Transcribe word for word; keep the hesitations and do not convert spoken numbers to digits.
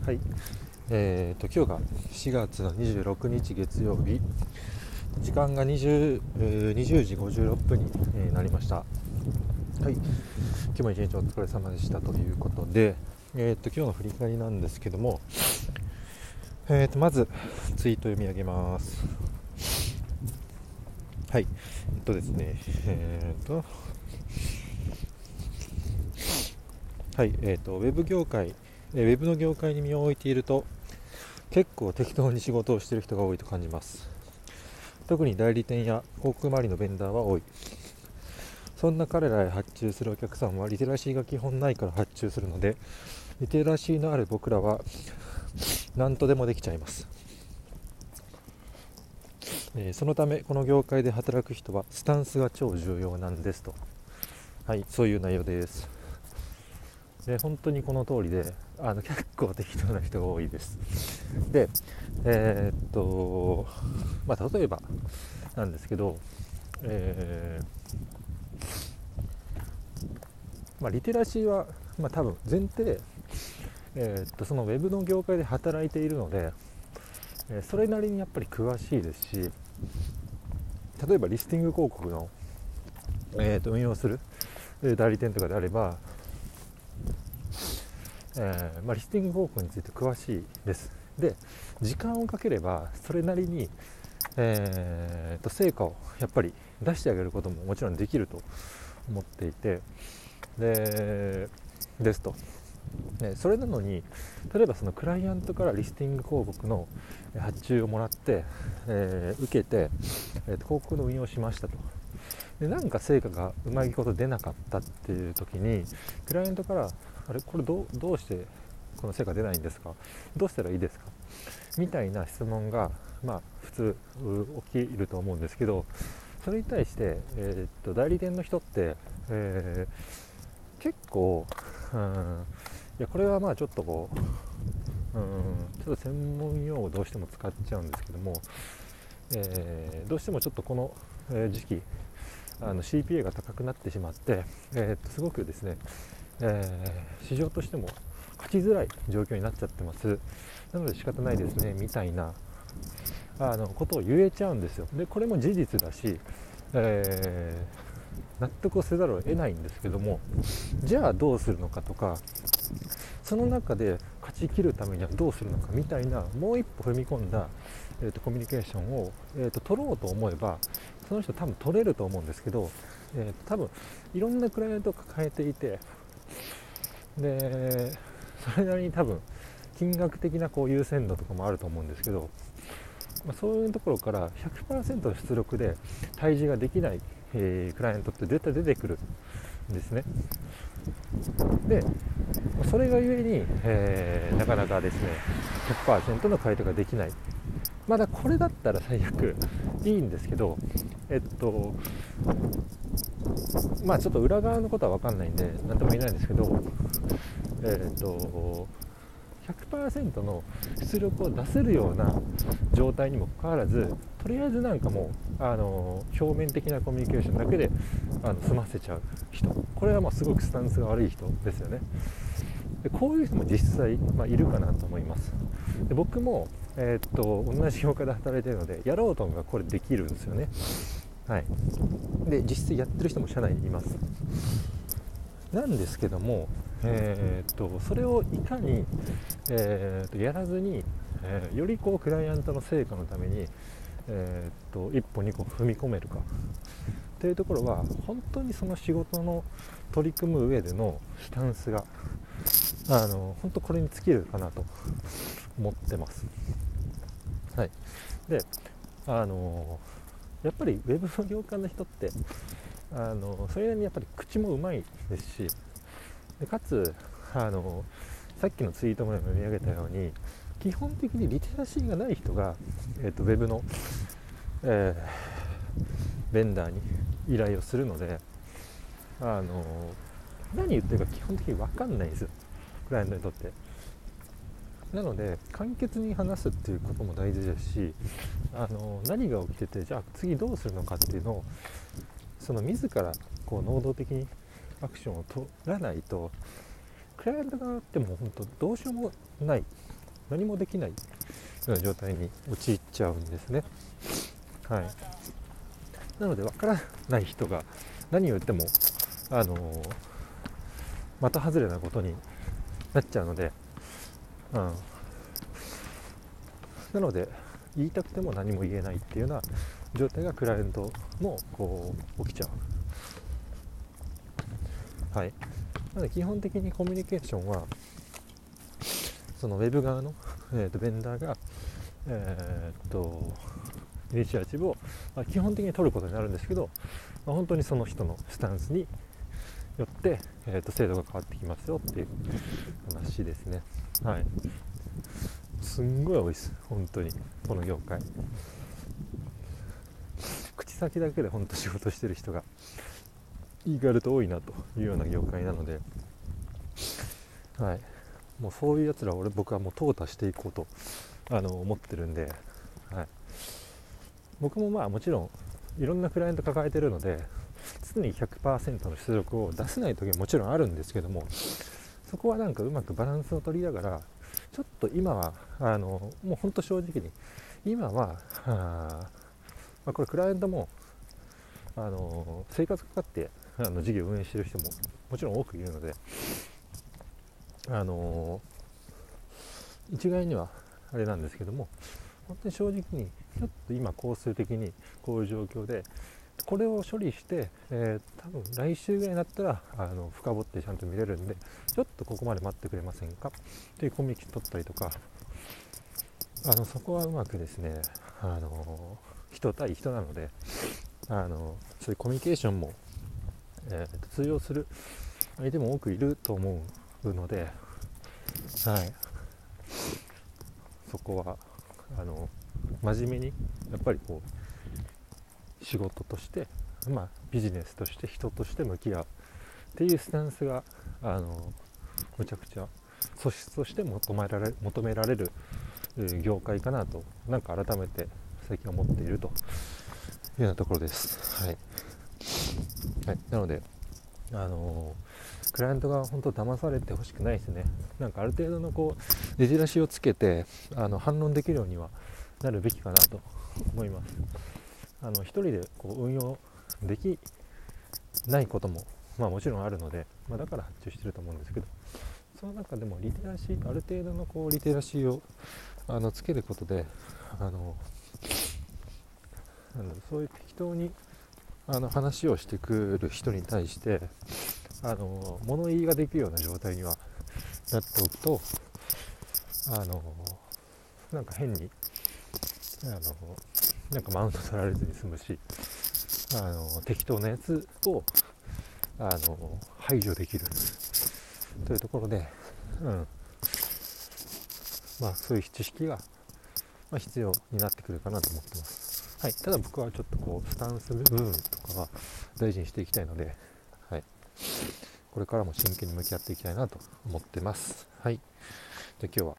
はい、えー、と今日がしがつのにじゅうろくにち月曜日、時間が 20, えーにじゅうじごじゅうろっぷんになりました。はい、今日も一日お疲れ様でしたということで、えー、と今日の振り返りなんですけども、えー、とまずツイート読み上げます。はい、えっとですねえー、とはいえー、とウェブ業界ウェブの業界に身を置いていると結構適当に仕事をしている人が多いと感じます。特に代理店や広告周りのベンダーは多い。そんな彼らへ発注するお客さんはリテラシーが基本ないから発注するので、リテラシーのある僕らは何とでもできちゃいます。えー、そのためこの業界で働く人はスタンスが超重要なんですと。はい、そういう内容です。で本当にこの通りで、あの結構適当な人が多いです。で、えー、っとまあ例えばなんですけど、えーまあ、リテラシーは、まあ、多分前提、えー、っとそのウェブの業界で働いているので、えー、それなりにやっぱり詳しいですし、例えばリスティング広告の、えー、っと運用する代理店とかであれば、えーまあ、リスティング広告について詳しいです。で時間をかければそれなりに、えー、と成果をやっぱり出してあげることももちろんできると思っていて、でですと、ね、それなのに例えばそのクライアントからリスティング広告の発注をもらって、えー、受けて、えー、と広告の運用をしましたと。でなんか成果がうまいこと出なかったっていう時にクライアントからあれこれ ど, うどうしてこの成果出ないんですか、どうしたらいいですかみたいな質問が、まあ、普通起きると思うんですけど、それに対して、えー、っと代理店の人って、えー、結構、うん、いやこれはまあちょっとこう、うん、ちょっと専門用語をどうしても使っちゃうんですけども、えー、どうしてもちょっとこの時期あの シーピーエー が高くなってしまって、えー、っとすごくですね、えー、市場としても勝ちづらい状況になっちゃってます。なので仕方ないですねみたいなあのことを言えちゃうんですよ。でこれも事実だし、えー、納得をせざるを得ないんですけども、じゃあどうするのかとか、その中で勝ち切るためにはどうするのかみたいな、もう一歩踏み込んだ、えーと、コミュニケーションを、えーと、取ろうと思えばその人多分取れると思うんですけど、えーと、多分いろんなクライアントを抱えていて、でそれなりに多分金額的なこう優先度とかもあると思うんですけど、まあ、そういうところから ひゃくパーセント の出力で対峙ができない、えー、クライアントって絶対出てくるんですね。でそれがゆえに、えー、なかなかですね ひゃくパーセント の回答ができない。まだこれだったら最悪いいんですけど、えっとまあちょっと裏側のことは分かんないんで何とも言えないんですけど、えっとひゃくパーセント の出力を出せるような状態にもかかわらず、とりあえずなんかもうあの表面的なコミュニケーションだけであの済ませちゃう人、これはもうすごくスタンスが悪い人ですよね。でこういう人も実際、まあ、いるかなと思います。で僕も、えー、っと同じ業界で働いているのでやろうと思えばこれできるんですよね。はい、で実際やってる人も社内にいます。なんですけども、えー、とそれをいかに、えー、とやらずに、えー、よりこうクライアントの成果のために、えー、と一歩二歩踏み込めるかというところは本当にその仕事の取り組む上でのスタンスがあの本当これに尽きるかなと思ってます。はい、であのやっぱりウェブの業界の人ってあのそれなりにやっぱり口もうまいですし、でかつあのさっきのツイートも読み上げたように基本的にリテラシーがない人が、えー、とウェブの、えー、ベンダーに依頼をするので、あの何言ってるか基本的に分かんないんですよ、クライアントにとって。なので簡潔に話すっていうことも大事ですし、あの何が起きててじゃあ次どうするのかっていうのをその自らこう能動的にアクションを取らないとクライアント側ってもう本当どうしようもない何もできないような状態に陥っちゃうんですね。はい、なので分からない人が何を言ってもあの的外れなことになっちゃうので、うん、なので言いたくても何も言えないっていうような状態がクライアントもこう起きちゃう。はい、なので基本的にコミュニケーションはそのウェブ側の、えー、とベンダーが、えー、とイニシアチブを、まあ、基本的に取ることになるんですけど、まあ、本当にその人のスタンスによって、えー、と制度が変わってきますよっていう話ですね。はい、すんごい多いです、本当にこの業界。口先だけで本当仕事してる人が意外と多いなというような業界なので、はい、もうそういうやつらを俺僕はもう淘汰していこうとあの思ってるんで、はい、僕もまあもちろんいろんなクライアント抱えてるので常に ひゃくパーセント の出力を出せない時はもちろんあるんですけども、そこはなんかうまくバランスを取りながらちょっと今はあのもう本当正直に今はあ、まあ、これクライアントもあの生活かかってあの事業を運営している人ももちろん多くいるので、あの一概にはあれなんですけども、本当に正直にちょっと今工数的にこういう状況でこれを処理して、えー、多分来週ぐらいになったらあの深掘ってちゃんと見れるんで、ちょっとここまで待ってくれませんかっていうコミュニケーション取ったりとか、あのそこはうまくですね、あの人対人なので、あのそういうコミュニケーションも、えー、通用する相手も多くいると思うので、はい、そこはあの真面目にやっぱりこう仕事として、まあ、ビジネスとして人として向き合うっていうスタンスがあのむちゃくちゃ素質として求められ、求められる業界かなとなんか改めて最近思っているというようなところです。はい、はい、なのであのクライアントが本当騙されてほしくないですね。なんかある程度のこうレジラシをつけてあの反論できるようにはなるべきかなと思います。あの一人でこう運用できないことも、まあ、もちろんあるので、まあ、だから発注してると思うんですけど、その中でもリテラシーある程度のこうリテラシーをあのつけることであのなんだろう、そういう適当にあの話をしてくる人に対してあの物言いができるような状態にはなっておくと、あのなんか変にあのなんかマウント取られずに済むし、あの適当なやつをあの排除できるというところで、うん、まあそういう知識が、まあ、必要になってくるかなと思ってます。はい、ただ僕はちょっとこうスタンス部分とかは大事にしていきたいので、はい、これからも真剣に向き合っていきたいなと思ってます。はい、じゃあ今日は